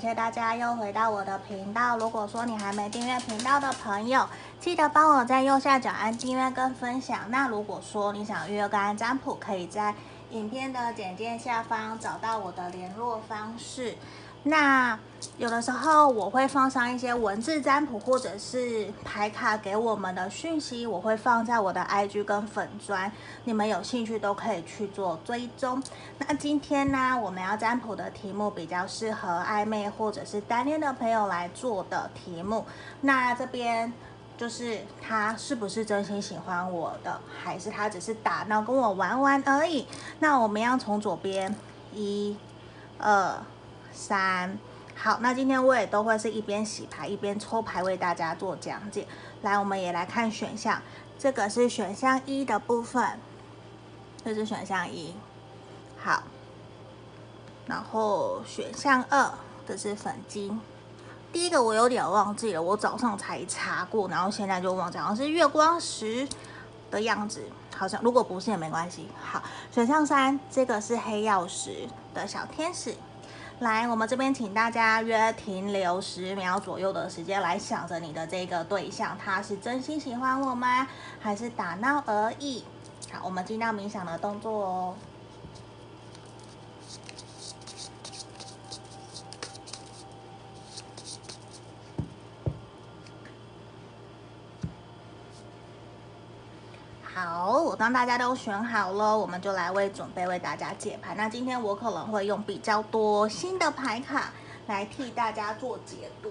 谢大家又回到我的频道。如果说你还没订阅频道的朋友，记得帮我在右下角按订阅跟分享。那如果说你想预约个案占卜，可以在影片的简介下方找到我的联络方式。那有的时候我会放上一些文字占卜或者是牌卡给我们的讯息，我会放在我的 IG 跟粉专，你们有兴趣都可以去做追踪。那今天呢，我们要占卜的题目比较适合暧昧或者是单恋的朋友来做的题目。那这边就是他是不是真心喜欢我的，还是他只是打闹跟我玩玩而已？那我们要从左边1、2、3。好，那今天我也都会是一边洗牌一边抽牌为大家做讲解。来，我们也来看选项，这个是选项1的部分，这是选项1。好，然后选项2，这是粉晶。第一个我有点忘记了，我早上才查过，然后现在就忘记，好像是月光石的样子，好像如果不是也没关系。好，选项3，这个是黑曜石的小天使。来，我们这边请大家约停留10秒左右的时间，来想着你的这个对象，他是真心喜欢我吗？还是打闹而已？好，我们进到冥想的动作哦。好，我当大家都选好了，我们就来准备为大家解牌。那今天我可能会用比较多新的牌卡来替大家做解读。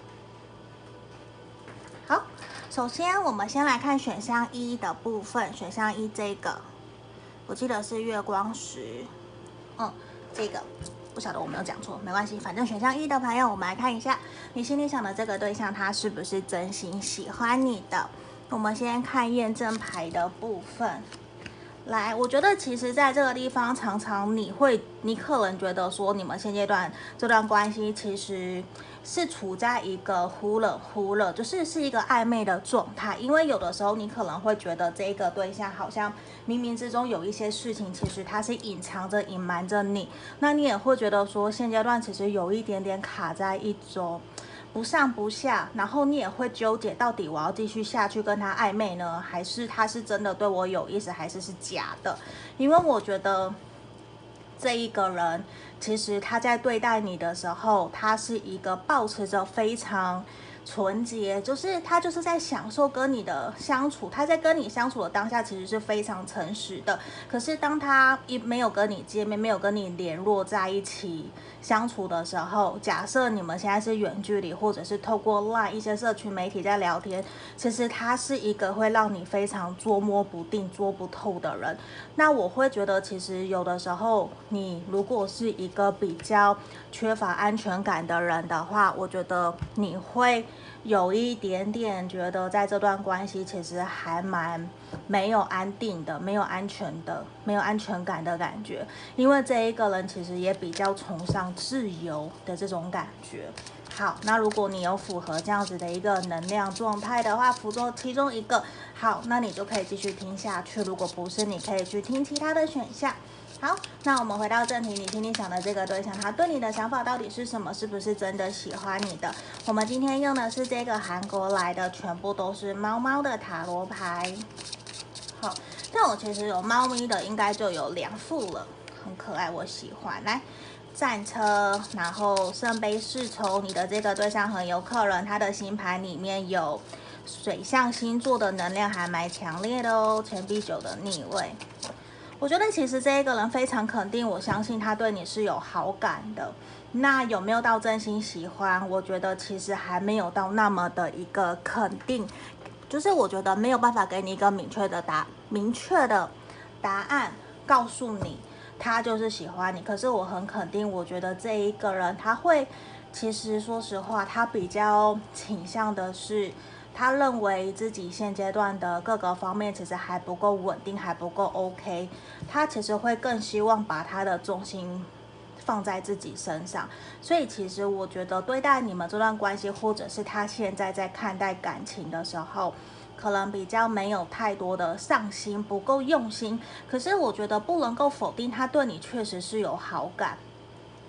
好，首先我们先来看选项1的部分。选项1这个，我记得是月光石，这个不晓得我没有讲错，没关系，反正选项1的朋友，我们来看一下你心里想的这个对象，他是不是真心喜欢你的。我们先看验证牌的部分。来，我觉得其实在这个地方，常常你可能觉得说，你们现阶段这段关系其实是处在一个忽冷忽热，就是一个暧昧的状态。因为有的时候你可能会觉得这个对象好像冥冥之中有一些事情，其实它是隐瞒着你。那你也会觉得说，现阶段其实有一点点卡在一种不上不下，然后你也会纠结，到底我要继续下去跟他暧昧呢，还是他是真的对我有意思，还是假的？因为我觉得这一个人，其实他在对待你的时候，他是一个抱持着非常纯洁，就是他就是在享受跟你的相处，他在跟你相处的当下其实是非常诚实的。可是当他没有跟你见面，没有跟你联络在一起相处的时候，假设你们现在是远距离，或者是透过 LINE 一些社群媒体在聊天，其实他是一个会让你非常捉摸不定、捉不透的人。那我会觉得，其实有的时候，你如果是一个比较缺乏安全感的人的话，我觉得你会有一点点觉得在这段关系其实还蛮没有安定的，没有安全感的感觉。因为这一个人其实也比较崇尚自由的这种感觉。好，那如果你有符合这样子的一个能量状态的话，符合其中一个，好，那你就可以继续听下去。如果不是，你可以去听其他的选项。好，那我们回到正题，你心里想的这个对象，他对你的想法到底是什么？是不是真的喜欢你的？我们今天用的是这个韩国来的，全部都是猫猫的塔罗牌。好，但我其实有猫咪的，应该就有2副了，很可爱，我喜欢。来，战车，然后圣杯侍从，你的这个对象很有可能他的星盘里面有水象星座的能量，还蛮强烈的哦。钱币9的逆位。我觉得其实这一个人非常肯定，我相信他对你是有好感的。那有没有到真心喜欢？我觉得其实还没有到那么的一个肯定，就是我觉得没有办法给你一个明确的答案，告诉你他就是喜欢你。可是我很肯定，我觉得这一个人他会，其实说实话，他比较倾向的是，他认为自己现阶段的各个方面其实还不够稳定，还不够 OK。他其实会更希望把他的重心放在自己身上。所以其实我觉得对待你们这段关系，或者是他现在在看待感情的时候，可能比较没有太多的上心，不够用心。可是我觉得不能够否定他对你确实是有好感。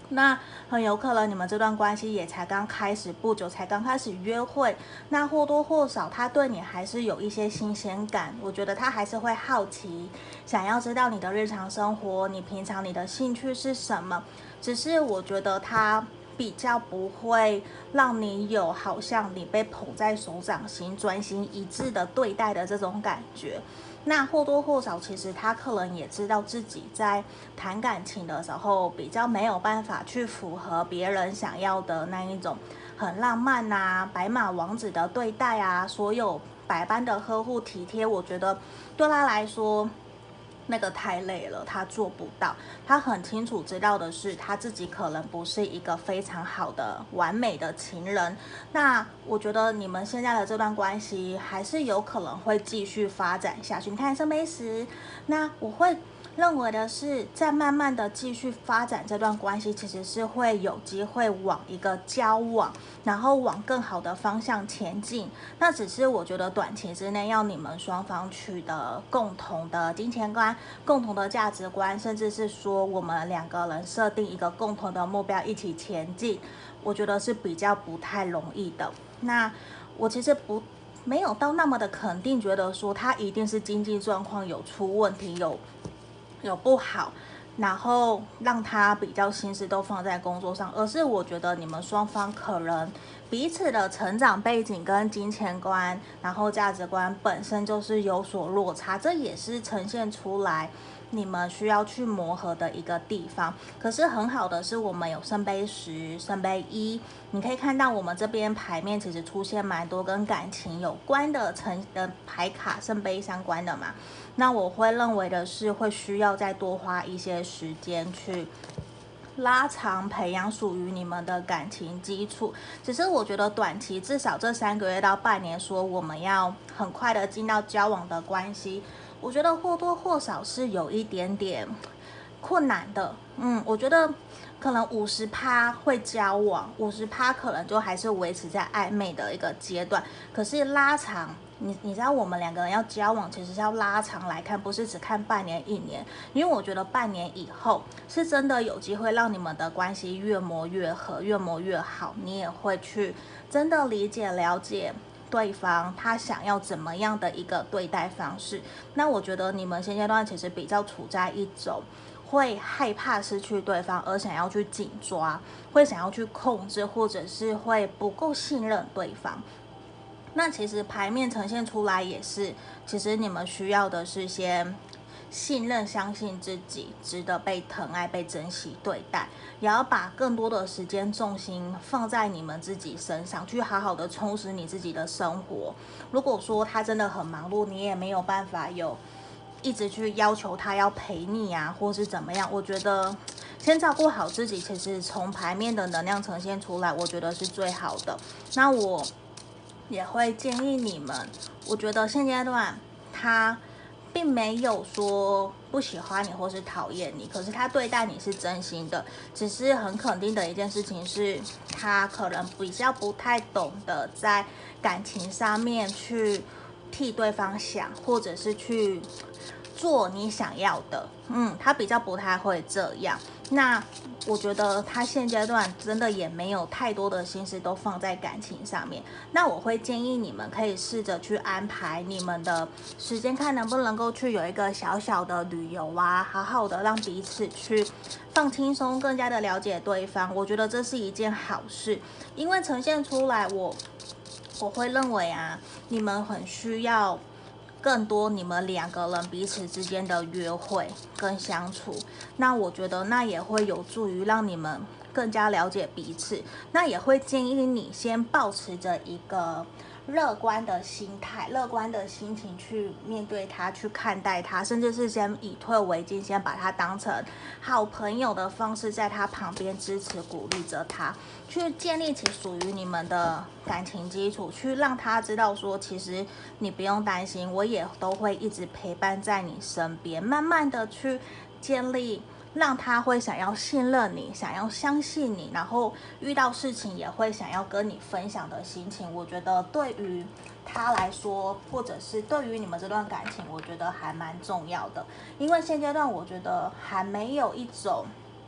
那很有可能你们这段关系也才刚开始不久，才刚开始约会，那或多或少他对你还是有一些新鲜感，我觉得他还是会好奇，想要知道你的日常生活，你平常你的兴趣是什么，只是我觉得他比较不会让你有好像你被捧在手掌心，专心一致的对待的这种感觉。那或多或少，其实他可能也知道自己在谈感情的时候，比较没有办法去符合别人想要的那一种很浪漫啊、白马王子的对待啊，所有百般的呵护体贴，我觉得对他来说，那个太累了，他做不到。他很清楚知道的是，他自己可能不是一个非常好的、完美的情人。那我觉得你们现在的这段关系还是有可能会继续发展下去。你看圣杯十，那我会认为的是，在慢慢的继续发展这段关系，其实是会有机会往一个交往，然后往更好的方向前进。那只是我觉得短期之内要你们双方取得共同的金钱观、共同的价值观，甚至是说我们两个人设定一个共同的目标一起前进，我觉得是比较不太容易的。那我其实没有到那么的肯定，觉得说他一定是经济状况有出问题，有不好，然后让他比较心思都放在工作上，而是我觉得你们双方可能彼此的成长背景跟金钱观，然后价值观本身就是有所落差，这也是呈现出来你们需要去磨合的一个地方。可是很好的是，我们有圣杯十、圣杯一，你可以看到我们这边牌面其实出现蛮多跟感情有关的牌卡，圣杯相关的嘛。那我会认为的是，会需要再多花一些时间去拉长培养属于你们的感情基础。只是我觉得短期至少这3个月到半年，说我们要很快的进到交往的关系，我觉得或多或少是有一点点困难的。我觉得可能50%会交往，50%可能就还是维持在暧昧的一个阶段。可是拉长，你知道我们两个人要交往，其实是要拉长来看，不是只看半年、1年。因为我觉得半年以后是真的有机会让你们的关系越磨越合，越磨越好。你也会去真的理解、了解对方他想要怎么样的一个对待方式。那我觉得你们现阶段其实比较处在一种会害怕失去对方，而想要去紧抓，会想要去控制，或者是会不够信任对方。那其实牌面呈现出来也是，其实你们需要的是先信任、相信自己值得被疼爱、被珍惜对待，也要把更多的时间重心放在你们自己身上，去好好的充实你自己的生活。如果说他真的很忙碌，你也没有办法一直去要求他要陪你啊，或是怎么样，我觉得先照顾好自己，其实从牌面的能量呈现出来，我觉得是最好的。那我也会建议你们，我觉得现阶段他并没有说不喜欢你或是讨厌你，可是他对待你是真心的。只是很肯定的一件事情是，他可能比较不太懂得在感情上面去替对方想，或者是去做你想要的。他比较不太会这样。那我觉得他现阶段真的也没有太多的心思都放在感情上面。那我会建议你们可以试着去安排你们的时间，看能不能够去有一个小小的旅游啊，好好的让彼此去放轻松，更加的了解对方。我觉得这是一件好事，因为呈现出来我会认为啊，你们很需要更多你们2个人彼此之间的约会跟相处。那我觉得那也会有助于让你们更加了解彼此。那也会建议你先保持着一个乐观的心态、乐观的心情去面对他，去看待他，甚至是先以退为进，先把他当成好朋友的方式，在他旁边支持鼓励着他，去建立起属于你们的感情基础，去让他知道说，其实你不用担心，我也都会一直陪伴在你身边，慢慢的去建立让他会想要信任你，想要相信你，然后遇到事情也会想要跟你分享的心情。我觉得对于他来说，或者是对于你们这段感情，我觉得还蛮重要的。因为现阶段我觉得还没有一种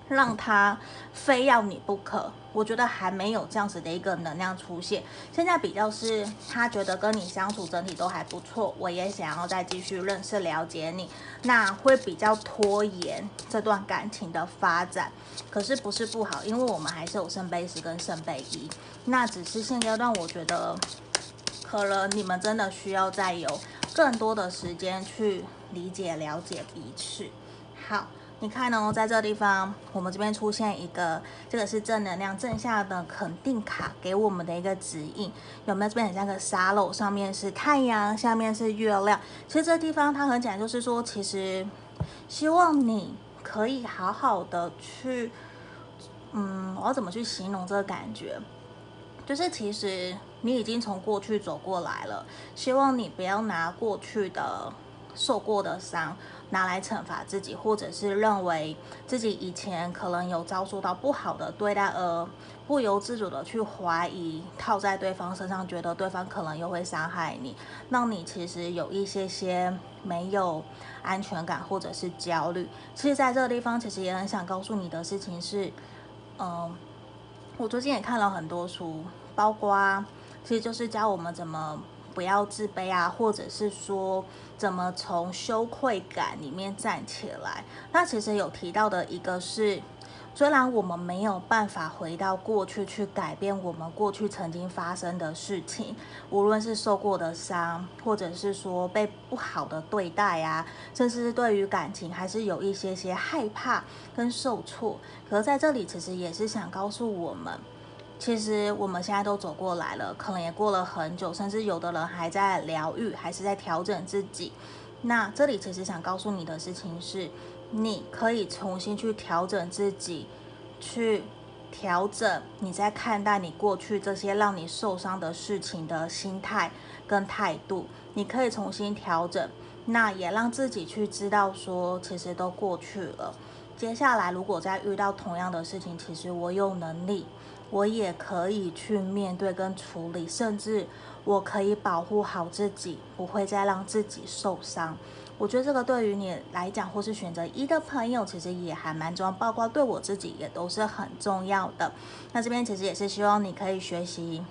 让他非要你不可，我觉得还没有这样子的一个能量出现。现在比较是他觉得跟你相处整体都还不错，我也想要再继续认识了解你，那会比较拖延这段感情的发展。可是不是不好，因为我们还是有圣杯10跟圣杯1，那只是现阶段我觉得可能你们真的需要再有更多的时间去理解了解彼此。好，你看哦，在这个地方，我们这边出现一个，这个是正能量正向的肯定卡给我们的一个指引，有没有？这边很像个沙漏，上面是太阳，下面是月亮。其实这地方它很简单，就是说，其实希望你可以好好的去，我要怎么去形容这个感觉？就是其实你已经从过去走过来了，希望你不要拿过去的受过的伤拿来惩罚自己，或者是认为自己以前可能有遭受到不好的对待，而不由自主的去怀疑，套在对方身上，觉得对方可能又会伤害你，让你其实有一些没有安全感或者是焦虑。其实在这个地方，其实也很想告诉你的事情是，我最近也看了很多书，包括其实就是教我们怎么不要自卑啊，或者是说怎么从羞愧感里面站起来。那其实有提到的一个是，虽然我们没有办法回到过去去改变我们过去曾经发生的事情，无论是受过的伤，或者是说被不好的对待啊，甚至是对于感情还是有一些害怕跟受挫。可是在这里其实也是想告诉我们，其实我们现在都走过来了，可能也过了很久，甚至有的人还在疗愈，还是在调整自己。那这里其实想告诉你的事情是，你可以重新去调整自己，去调整你在看待你过去这些让你受伤的事情的心态跟态度，你可以重新调整，那也让自己去知道说，其实都过去了。接下来如果再遇到同样的事情，其实我有能力，我也可以去面对跟处理，甚至我可以保护好自己，不会再让自己受伤。我觉得这个对于你来讲，或是选择1的朋友，其实也还蛮重要，包括对我自己也都是很重要的。那这边其实也是希望你可以学习。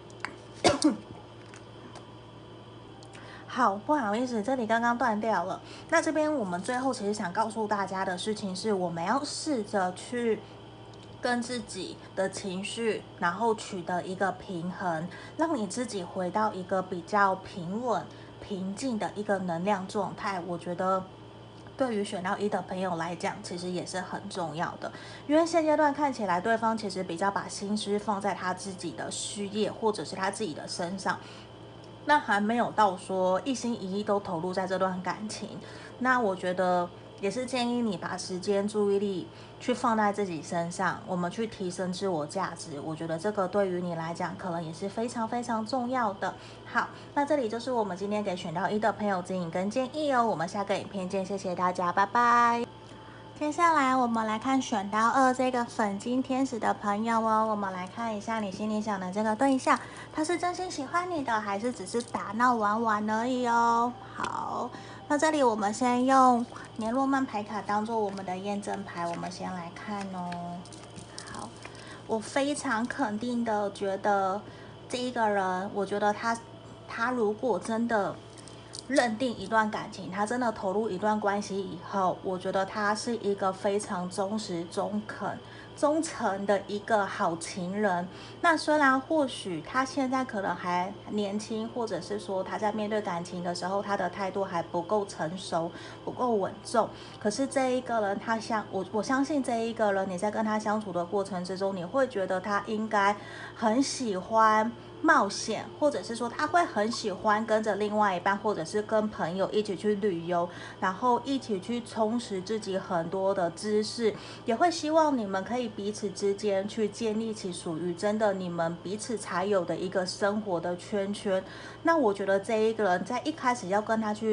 好，不好意思，这里刚刚断掉了。那这边我们最后其实想告诉大家的事情是，我们要试着去跟自己的情绪，然后取得一个平衡，让你自己回到一个比较平稳、平静的一个能量状态。我觉得对于选到1的朋友来讲，其实也是很重要的，因为现阶段看起来对方其实比较把心思放在他自己的事业或者是他自己的身上，那还没有到说一心一意都投入在这段感情。那我觉得也是建议你把时间注意力去放在自己身上，我们去提升自我价值，我觉得这个对于你来讲可能也是非常非常重要的。好，那这里就是我们今天给选到1的朋友指引跟建议哦，我们下个影片见，谢谢大家，拜拜。接下来我们来看选到2这个粉金天使的朋友哦，我们来看一下你心里想的这个对象，他是真心喜欢你的，还是只是打闹玩玩而已哦？好，那这里我们先用年罗曼牌卡当做我们的验证牌，我们先来看哦。好，我非常肯定的觉得这一个人，我觉得他如果真的认定一段感情，他真的投入一段关系以后，我觉得他是一个非常忠实、忠诚的一个好情人。那虽然或许他现在可能还年轻，或者是说他在面对感情的时候，他的态度还不够成熟、不够稳重，可是这一个人，我相信这一个人，你在跟他相处的过程之中，你会觉得他应该很喜欢冒险，或者是说他会很喜欢跟着另外一半，或者是跟朋友一起去旅游，然后一起去充实自己很多的知识，也会希望你们可以彼此之间去建立起属于真的你们彼此才有的一个生活的圈圈。那我觉得这一个人在一开始要跟他去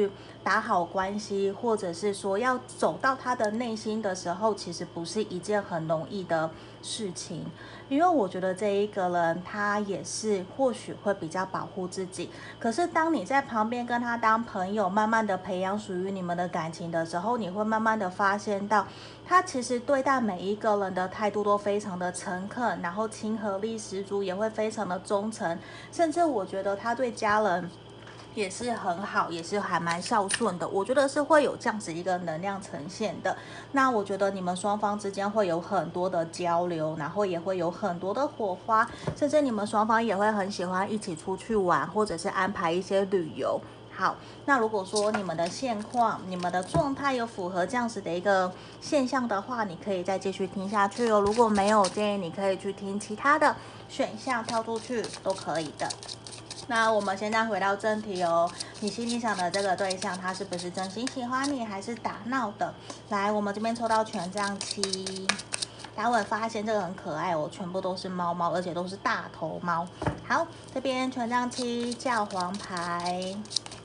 打好关系，或者是说要走到他的内心的时候，其实不是一件很容易的事情。因为我觉得这一个人他也是或许会比较保护自己，可是当你在旁边跟他当朋友，慢慢的培养属于你们的感情的时候，你会慢慢的发现到，他其实对待每一个人的态度都非常的诚恳，然后亲和力十足，也会非常的忠诚，甚至我觉得他对家人也是很好，也是还蛮孝顺的，我觉得是会有这样子一个能量呈现的。那我觉得你们双方之间会有很多的交流，然后也会有很多的火花，甚至你们双方也会很喜欢一起出去玩，或者是安排一些旅游。好，那如果说你们的现况、你们的状态有符合这样子的一个现象的话，你可以再继续听下去哦。如果没有，建议你可以去听其他的选项，跳出去都可以的。那我们现在回到正题哦，你心里想的这个对象，他是不是真心喜欢你，还是打闹的？来，我们这边抽到权杖七，待会发现这个很可爱哦，全部都是猫猫，而且都是大头猫。好，这边权杖七，教皇牌，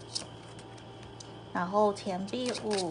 然后钱币五，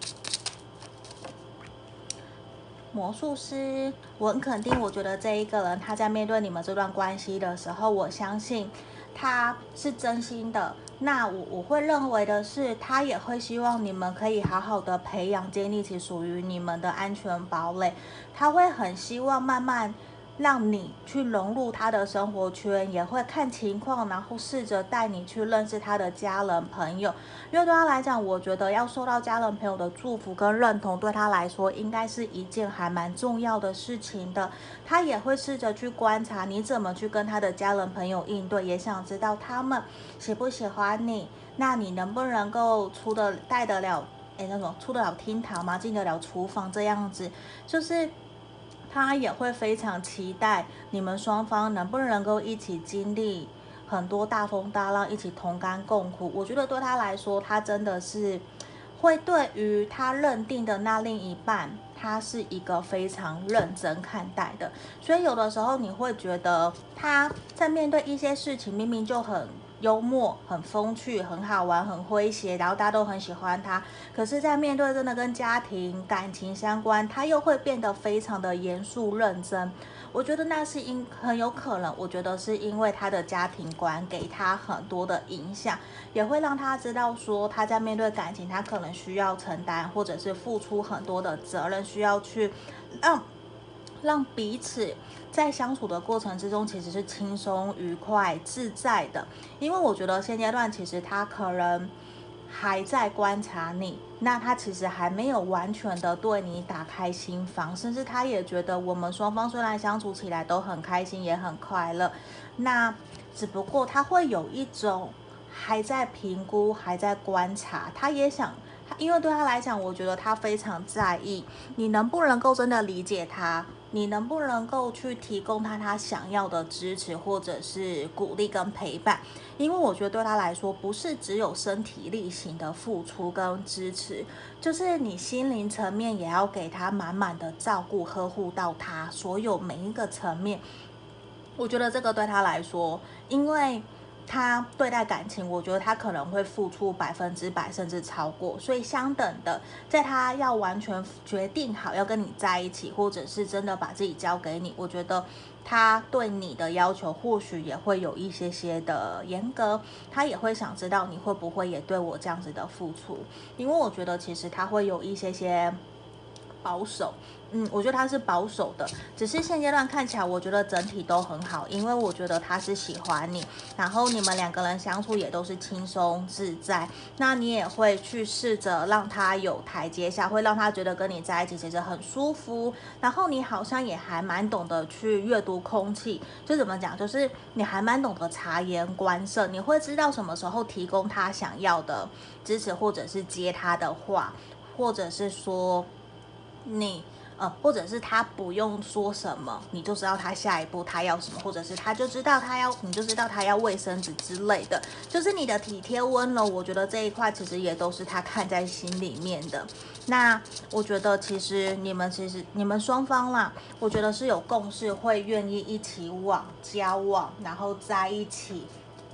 魔术师。我很肯定，我觉得这一个人他在面对你们这段关系的时候，我相信他是真心的。那我会认为的是，他也会希望你们可以好好的培养，建立起属于你们的安全堡垒。他会很希望慢慢让你去融入他的生活圈，也会看情况，然后试着带你去认识他的家人朋友。因为对他来讲，我觉得要受到家人朋友的祝福跟认同，对他来说应该是一件还蛮重要的事情的。他也会试着去观察你怎么去跟他的家人朋友应对，也想知道他们喜不喜欢你，那你能不能够带得了那种出得了厅堂吗？进得了厨房这样子，就是他也会非常期待你们双方能不能够一起经历很多大风大浪，一起同甘共苦。我觉得对他来说，他真的是会对于他认定的那另一半，他是一个非常认真看待的。所以有的时候你会觉得他在面对一些事情，明明就很幽默、很风趣、很好玩、很诙谐，然后大家都很喜欢他。可是，在面对真的跟家庭、感情相关，他又会变得非常的严肃认真。我觉得那是很有可能，我觉得是因为他的家庭观给他很多的影响，也会让他知道说他在面对感情，他可能需要承担或者是付出很多的责任，需要去让彼此在相处的过程之中其实是轻松、愉快、自在的。因为我觉得现阶段其实他可能还在观察你，那他其实还没有完全的对你打开心房，甚至他也觉得我们双方虽然相处起来都很开心，也很快乐，那只不过他会有一种还在评估，还在观察，他也想。因为对他来讲，我觉得他非常在意你能不能够真的理解他，你能不能够去提供他想要的支持，或者是鼓励跟陪伴。因为我觉得对他来说，不是只有身体力行的付出跟支持，就是你心灵层面也要给他满满的照顾，呵护到他所有每一个层面。我觉得这个对他来说，因为他对待感情，我觉得他可能会付出100%，甚至超过。所以相等的，在他要完全决定好要跟你在一起，或者是真的把自己交给你，我觉得他对你的要求或许也会有一些些的严格。他也会想知道你会不会也对我这样子的付出，因为我觉得其实他会有一些些保守。我觉得他是保守的，只是现阶段看起来，我觉得整体都很好，因为我觉得他是喜欢你，然后你们两个人相处也都是轻松自在，那你也会去试着让他有台阶下，会让他觉得跟你在一起其实很舒服，然后你好像也还蛮懂得去阅读空气，就怎么讲，就是你还蛮懂得察言观色，你会知道什么时候提供他想要的支持，或者是接他的话，或者是说或者是他不用说什么，你就知道他下一步他要什么，或者是他就知道你就知道他要卫生纸之类的，就是你的体贴温柔，我觉得这一块其实也都是他看在心里面的。那我觉得其实你们双方啦，我觉得是有共识，会愿意一起交往，然后在一起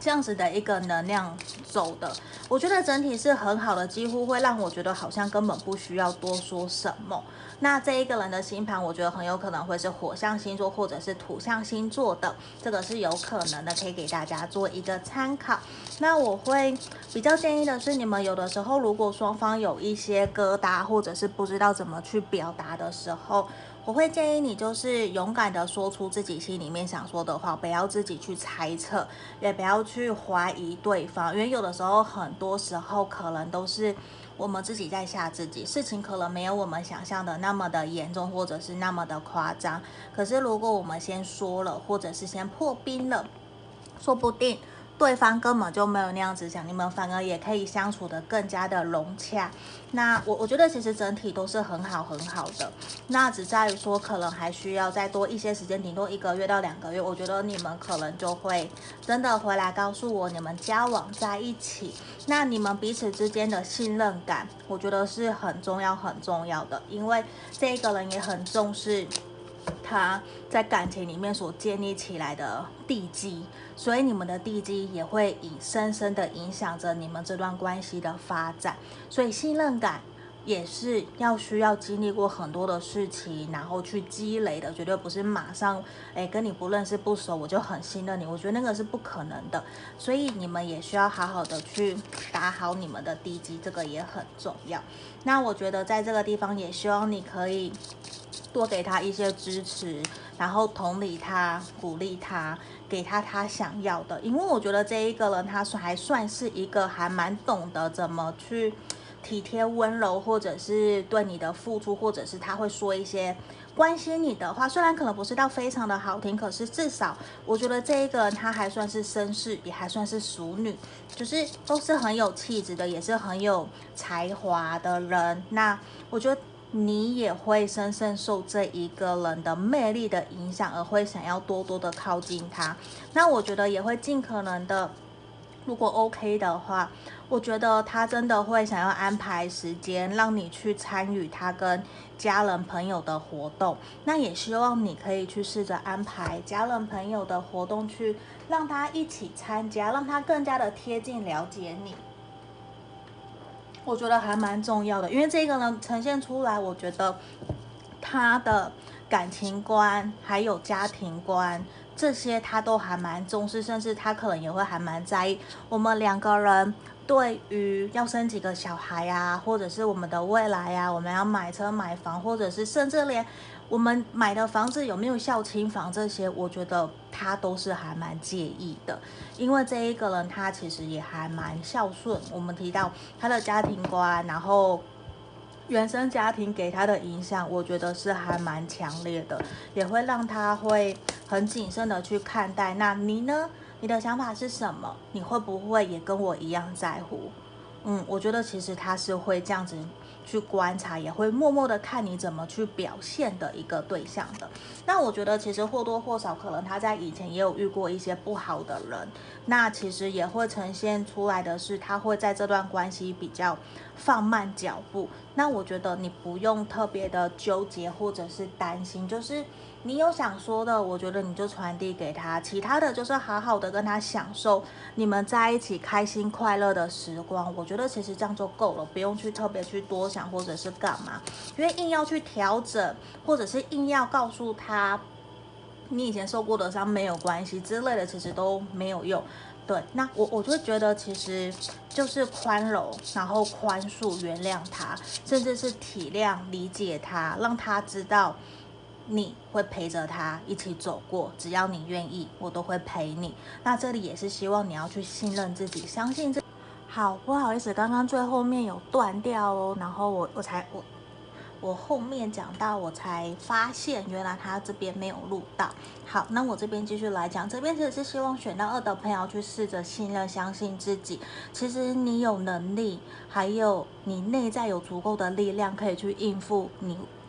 这样子的一个能量走的，我觉得整体是很好的，几乎会让我觉得好像根本不需要多说什么。那这一个人的星盘，我觉得很有可能会是火象星座或者是土象星座的，这个是有可能的，可以给大家做一个参考。那我会比较建议的是，你们有的时候如果双方有一些疙瘩，或者是不知道怎么去表达的时候，我会建议你就是勇敢的说出自己心里面想说的话，不要自己去猜测，也不要去怀疑对方，因为有的时候很多时候可能都是我们自己在吓自己，事情可能没有我们想象的那么的严重，或者是那么的夸张。可是如果我们先说了，或者是先破冰了，说不定对方根本就没有那样子想，你们反而也可以相处得更加的融洽。那我觉得其实整体都是很好的，那只在于说可能还需要再多一些时间，顶多1个月到2个月，我觉得你们可能就会真的回来告诉我你们交往在一起。那你们彼此之间的信任感，我觉得是很重要的，因为这个人也很重视他在感情里面所建立起来的地基，所以你们的地基也会深深的影响着你们这段关系的发展。所以信任感也是需要经历过很多的事情，然后去积累的，绝对不是马上跟你不认识不熟我就很信任你，我觉得那个是不可能的。所以你们也需要好好的去打好你们的地基，这个也很重要。那我觉得在这个地方也希望你可以多给他一些支持，然后同理他，鼓励他，给他想要的。因为我觉得这一个人他还算是一个还蛮懂得怎么去体贴温柔，或者是对你的付出，或者是他会说一些关心你的话，虽然可能不是到非常的好听，可是至少我觉得这一个人他还算是绅士，也还算是淑女，就是都是很有气质的，也是很有才华的人。那我觉得你也会深深受这一个人的魅力的影响，而会想要多多的靠近他。那我觉得也会尽可能的，如果 OK 的话，我觉得他真的会想要安排时间让你去参与他跟家人朋友的活动。那也希望你可以去试着安排家人朋友的活动，去让他一起参加，让他更加的贴近了解你。我觉得还蛮重要的，因为这个人呈现出来，我觉得他的感情观还有家庭观这些他都还蛮重视，甚至他可能也会还蛮在意我们2个人对于要生几个小孩啊，或者是我们的未来啊，我们要买车买房，或者是甚至连我们买的房子有没有孝亲房，这些我觉得他都是还蛮介意的。因为这一个人他其实也还蛮孝顺，我们提到他的家庭观，然后原生家庭给他的影响，我觉得是还蛮强烈的，也会让他会很谨慎的去看待。那你呢？你的想法是什么？你会不会也跟我一样在乎？我觉得其实他是会这样子去观察，也会默默的看你怎么去表现的一个对象的。那我觉得其实或多或少可能他在以前也有遇过一些不好的人，那其实也会呈现出来的是他会在这段关系比较放慢脚步。那我觉得你不用特别的纠结或者是担心，就是你有想说的，我觉得你就传递给他，其他的就是好好的跟他享受你们在一起开心快乐的时光。我觉得其实这样就够了，不用去特别去多想或者是干嘛，因为硬要去调整，或者是硬要告诉他你以前受过的伤没有关系之类的，其实都没有用。对，那我就觉得其实就是宽容，然后宽恕、原谅他，甚至是体谅、理解他，让他知道你会陪着他一起走过，只要你愿意，我都会陪你。那这里也是希望你要去信任自己，相信自己。好，不好意思，刚刚最后面有断掉哦，然后我后面讲到，我才发现原来他这边没有录到。好，那我这边继续来讲，这边其实是希望选到2的朋友去试着信任、相信自己。其实你有能力，还有你内在有足够的力量，可以去应付你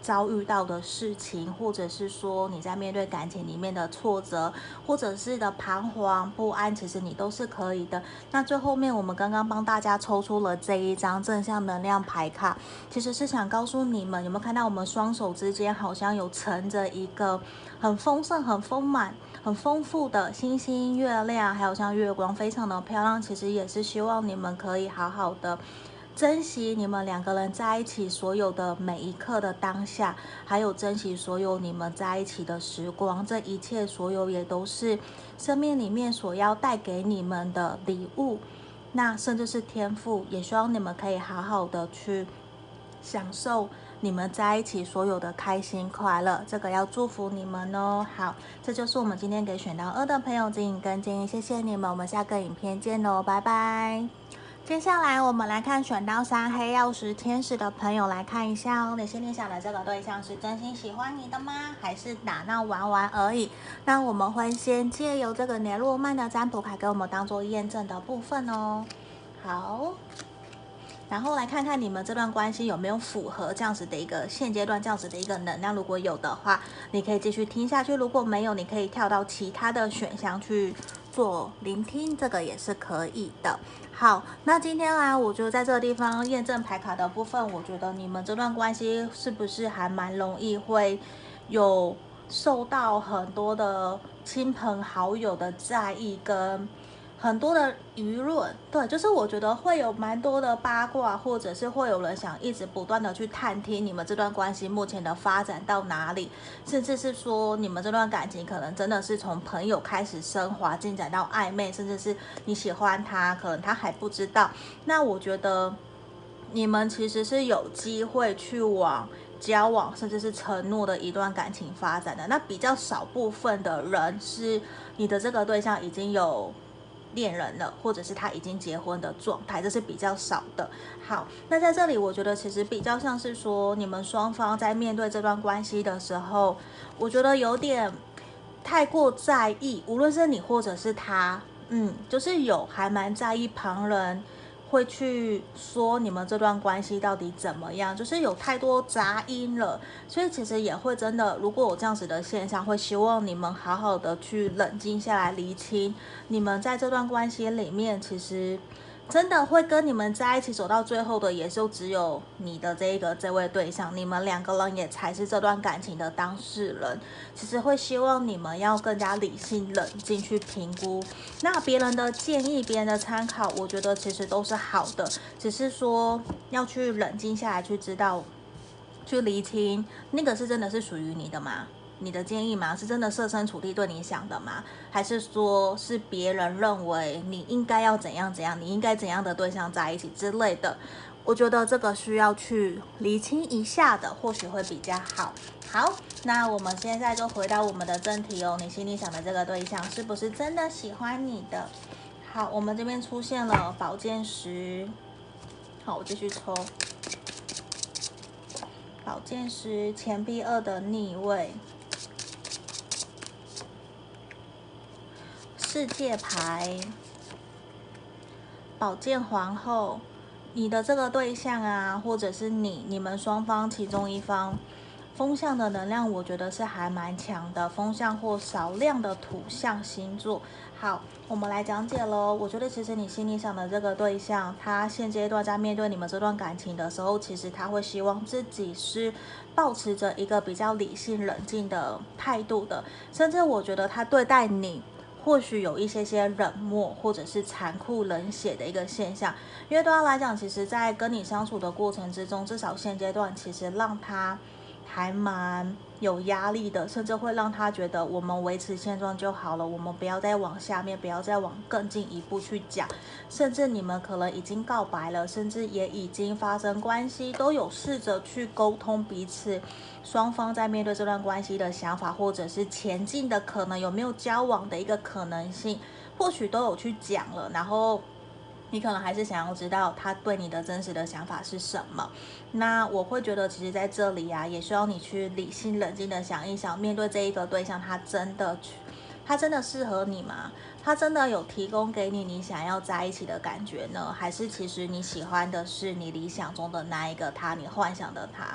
遭遇到的事情，或者是说你在面对感情里面的挫折，或者是的彷徨不安，其实你都是可以的。那最后面我们刚刚帮大家抽出了这一张正向能量牌卡，其实是想告诉你们，有没有看到我们双手之间好像有盛着一个很丰盛、很丰满、很丰富的星星、月亮，还有像月光，非常的漂亮。其实也是希望你们可以好好的珍惜你们两个人在一起所有的每一刻的当下，还有珍惜所有你们在一起的时光，这一切所有也都是生命里面所要带给你们的礼物，那甚至是天赋，也希望你们可以好好的去享受你们在一起所有的开心快乐，这个要祝福你们哦。好，这就是我们今天给选到2的朋友指引跟建议，谢谢你们，我们下个影片见喽，拜拜。接下来我们来看选到3黑曜石天使的朋友来看一下哦，你心里想的这个对象是真心喜欢你的吗？还是打闹玩玩而已？那我们会先借由这个雷诺曼的占卜卡给我们当做验证的部分哦。好，然后来看看你们这段关系有没有符合这样子的一个现阶段这样子的一个能量，如果有的话，你可以继续听下去；如果没有，你可以跳到其他的选项去做聆听，这个也是可以的。好，那今天啊，我就在这个地方验证牌卡的部分，我觉得你们这段关系是不是还蛮容易会有受到很多的亲朋好友的在意跟很多的舆论，对，就是我觉得会有蛮多的八卦，或者是会有人想一直不断的去探听你们这段关系目前的发展到哪里，甚至是说你们这段感情可能真的是从朋友开始升华，进展到暧昧，甚至是你喜欢他，可能他还不知道。那我觉得你们其实是有机会去往交往，甚至是承诺的一段感情发展的。那比较少部分的人是你的这个对象已经有恋人了，或者是他已经结婚的状态，这是比较少的。好，那在这里我觉得其实比较像是说，你们双方在面对这段关系的时候，我觉得有点太过在意，无论是你或者是他，就是有还蛮在意旁人会去说你们这段关系到底怎么样，就是有太多杂音了，所以其实也会真的，如果有这样子的现象，会希望你们好好的去冷静下来，厘清你们在这段关系里面，其实真的会跟你们在一起走到最后的，也就只有你的这位对象，你们两个人也才是这段感情的当事人。其实会希望你们要更加理性冷静去评估，那别人的建议、别人的参考，我觉得其实都是好的，只是说要去冷静下来，去知道，去厘清那个是真的是属于你的吗？你的建议吗？是真的设身处地对你想的吗？还是说是别人认为你应该要怎样怎样，你应该怎样的对象在一起之类的？我觉得这个需要去厘清一下的，或许会比较好。好，那我们现在就回到我们的正题哦。你心里想的这个对象是不是真的喜欢你的？好，我们这边出现了宝剑十。好，我继续抽。宝剑十，钱币2的逆位。世界牌，宝剑皇后，你的这个对象啊，或者是你们双方其中一方，风象的能量，我觉得是还蛮强的，风象或少量的土象星座。好，我们来讲解咯。我觉得其实你心里想的这个对象，他现阶段在面对你们这段感情的时候，其实他会希望自己是抱持着一个比较理性冷静的态度的，甚至我觉得他对待你或许有一些冷漠或者是残酷冷血的一个现象，因为对他来讲，其实在跟你相处的过程之中，至少现阶段其实让他还蛮有压力的，甚至会让他觉得我们维持现状就好了，我们不要再往下面，不要再往更进一步去讲，甚至你们可能已经告白了，甚至也已经发生关系，都有试着去沟通彼此双方在面对这段关系的想法，或者是前进的可能有没有交往的一个可能性，或许都有去讲了，然后你可能还是想要知道他对你的真实的想法是什么。那我会觉得其实在这里啊，也需要你去理性冷静的想一想，面对这一个对象，他真的适合你吗？他真的有提供给你想要在一起的感觉呢？还是其实你喜欢的是你理想中的那一个他，你幻想的他？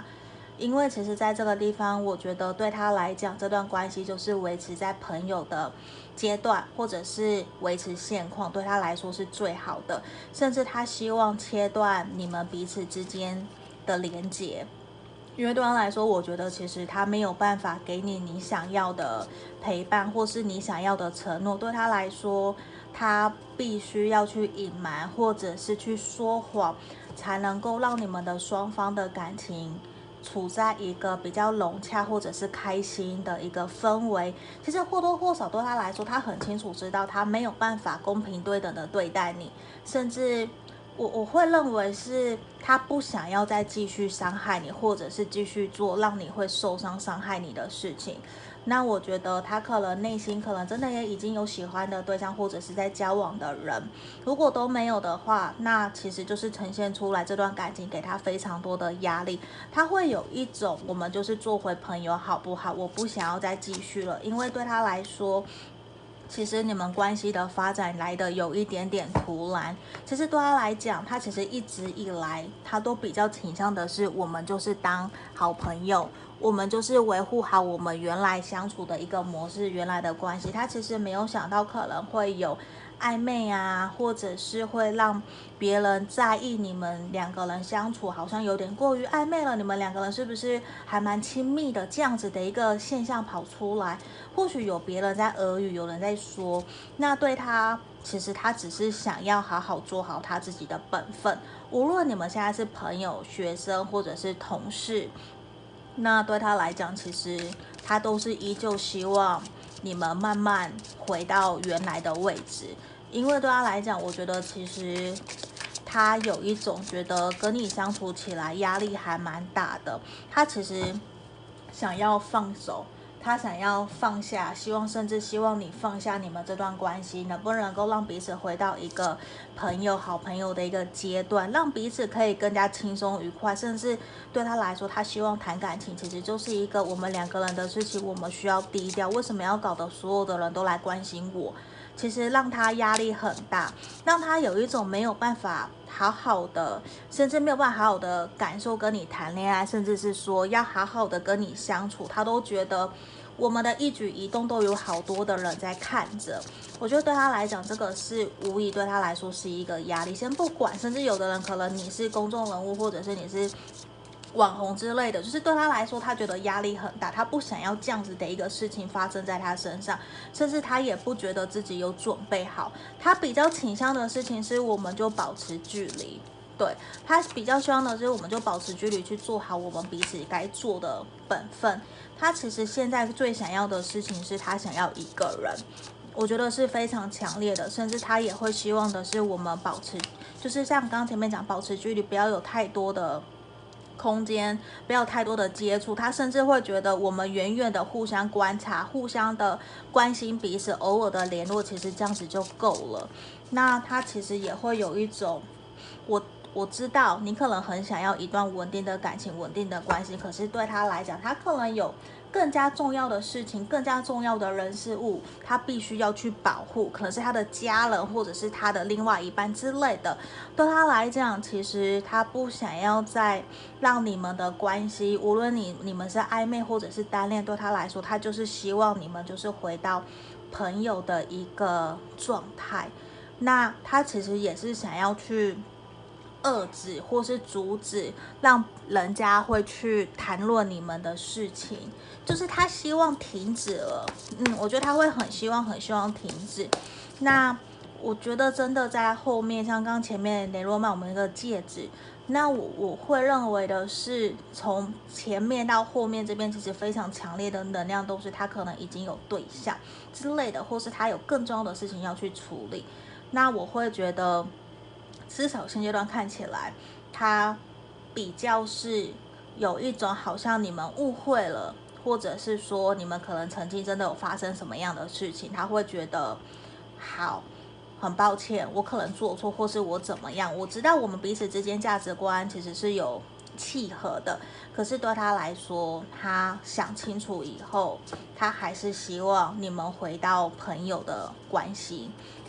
因为其实在这个地方，我觉得对他来讲，这段关系就是维持在朋友的阶段，或者是维持现况，对他来说是最好的。甚至他希望切断你们彼此之间的连结，因为对他来说，我觉得其实他没有办法给你想要的陪伴，或是你想要的承诺。对他来说，他必须要去隐瞒，或者是去说谎，才能够让你们的双方的感情处在一个比较融洽或者是开心的一个氛围。其实或多或少对他来说，他很清楚知道他没有办法公平对等的对待你，甚至我会认为是他不想要再继续伤害你，或者是继续做让你会受伤伤害你的事情。那我觉得他可能内心可能真的也已经有喜欢的对象，或者是在交往的人。如果都没有的话，那其实就是呈现出来这段感情给他非常多的压力。他会有一种我们就是做回朋友好不好？我不想要再继续了，因为对他来说，其实你们关系的发展来的有一点点突然。其实对他来讲，他其实一直以来他都比较倾向的是，我们就是当好朋友，我们就是维护好我们原来相处的一个模式，原来的关系。他其实没有想到可能会有暧昧啊，或者是会让别人在意你们两个人相处好像有点过于暧昧了，你们两个人是不是还蛮亲密的这样子的一个现象跑出来。或许有别人在耳语，有人在说，那对他其实他只是想要好好做好他自己的本分。无论你们现在是朋友、学生或者是同事，那对他来讲，其实他都是依旧希望你们慢慢回到原来的位置。因为对他来讲，我觉得其实他有一种觉得跟你相处起来压力还蛮大的，他其实想要放手，他想要放下，甚至希望你放下你们这段关系，能不能够让彼此回到一个朋友、好朋友的一个阶段，让彼此可以更加轻松愉快。甚至对他来说，他希望谈感情其实就是一个我们两个人的事情，我们需要低调。为什么要搞得所有的人都来关心我？其实让他压力很大，让他有一种没有办法好好的，甚至没有办法好好的感受跟你谈恋爱，甚至是说要好好的跟你相处，他都觉得我们的一举一动都有好多的人在看着。我觉得对他来讲，这个是无疑对他来说是一个压力。先不管，甚至有的人可能你是公众人物，或者是你是网红之类的，就是对他来说，他觉得压力很大，他不想要这样子的一个事情发生在他身上，甚至他也不觉得自己有准备好。他比较倾向的事情是，我们就保持距离。对，他比较希望的是，我们就保持距离去做好我们彼此该做的本分。他其实现在最想要的事情是他想要一个人，我觉得是非常强烈的，甚至他也会希望的是我们保持，就是像刚刚前面讲，保持距离，不要有太多的空间，不要太多的接触。他甚至会觉得我们远远的互相观察，互相的关心彼此，偶尔的联络，其实这样子就够了。那他其实也会有一种，我知道你可能很想要一段稳定的感情、稳定的关系，可是对他来讲，他可能有更加重要的事情、更加重要的人事物，他必须要去保护，可能是他的家人，或者是他的另外一半之类的。对他来讲，其实他不想要再让你们的关系，无论你们是暧昧或者是单恋，对他来说，他就是希望你们就是回到朋友的一个状态。那他其实也是想要去遏制或是阻止让人家会去谈论你们的事情，就是他希望停止了。我觉得他会很希望停止。那我觉得真的在后面，像刚前面雷诺曼我们那个戒指，那我会认为的是，从前面到后面这边，其实非常强烈的能量都是他可能已经有对象之类的，或是他有更重要的事情要去处理。那我会觉得，至少现阶段看起来，他比较是有一种好像你们误会了，或者是说你们可能曾经真的有发生什么样的事情，他会觉得好。很抱歉，我可能做错，或是我怎么样。我知道我们彼此之间价值观其实是有契合的，可是对他来说，他想清楚以后，他还是希望你们回到朋友的关系。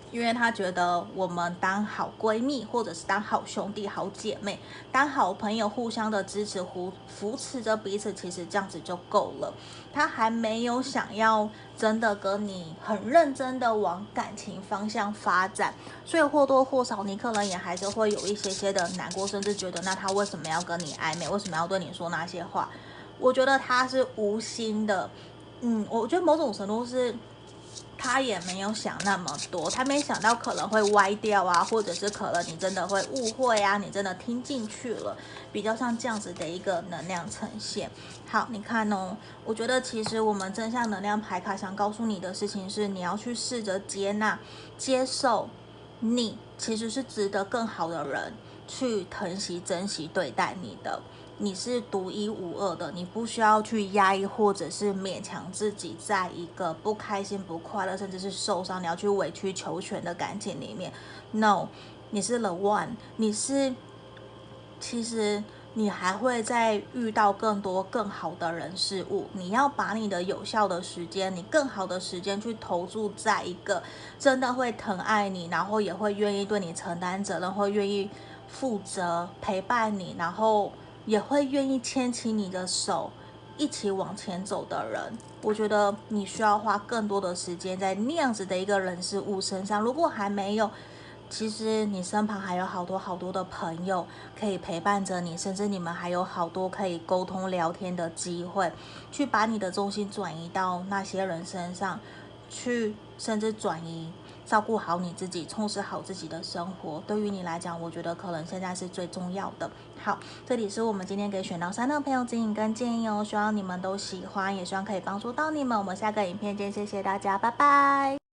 因为他觉得我们当好闺蜜，或者是当好兄弟、好姐妹、当好朋友，互相的支持、扶持着彼此，其实这样子就够了。他还没有想要真的跟你很认真的往感情方向发展，所以或多或少你可能也还是会有一些些的难过，甚至觉得那他为什么要跟你暧昧，为什么要对你说那些话？我觉得他是无心的，我觉得某种程度是他也没有想那么多，他没想到可能会歪掉啊，或者是可能你真的会误会啊，你真的听进去了，比较像这样子的一个能量呈现。好，你看哦，我觉得其实我们正向能量牌卡想告诉你的事情是，你要去试着接纳、接受，你其实是值得更好的人去疼惜、珍惜对待你的。你是独一无二的，你不需要去压抑或者是勉强自己，在一个不开心、不快乐，甚至是受伤，你要去委曲求全的感情里面。No，你是 the one，你是，其实你还会再遇到更多更好的人事物。你要把你的有效的时间，你更好的时间去投注在一个真的会疼爱你，然后也会愿意对你承担责任，会愿意负责陪伴你，然后也会愿意牵起你的手一起往前走的人。我觉得你需要花更多的时间在那样子的一个人事物身上。如果还没有，其实你身旁还有好多好多的朋友可以陪伴着你，甚至你们还有好多可以沟通聊天的机会，去把你的重心转移到那些人身上去，甚至转移照顾好你自己，充实好自己的生活，对于你来讲，我觉得可能现在是最重要的。好，这里是我们今天给选到3的朋友指引跟建议哦，希望你们都喜欢，也希望可以帮助到你们。我们下个影片见，谢谢大家，拜拜。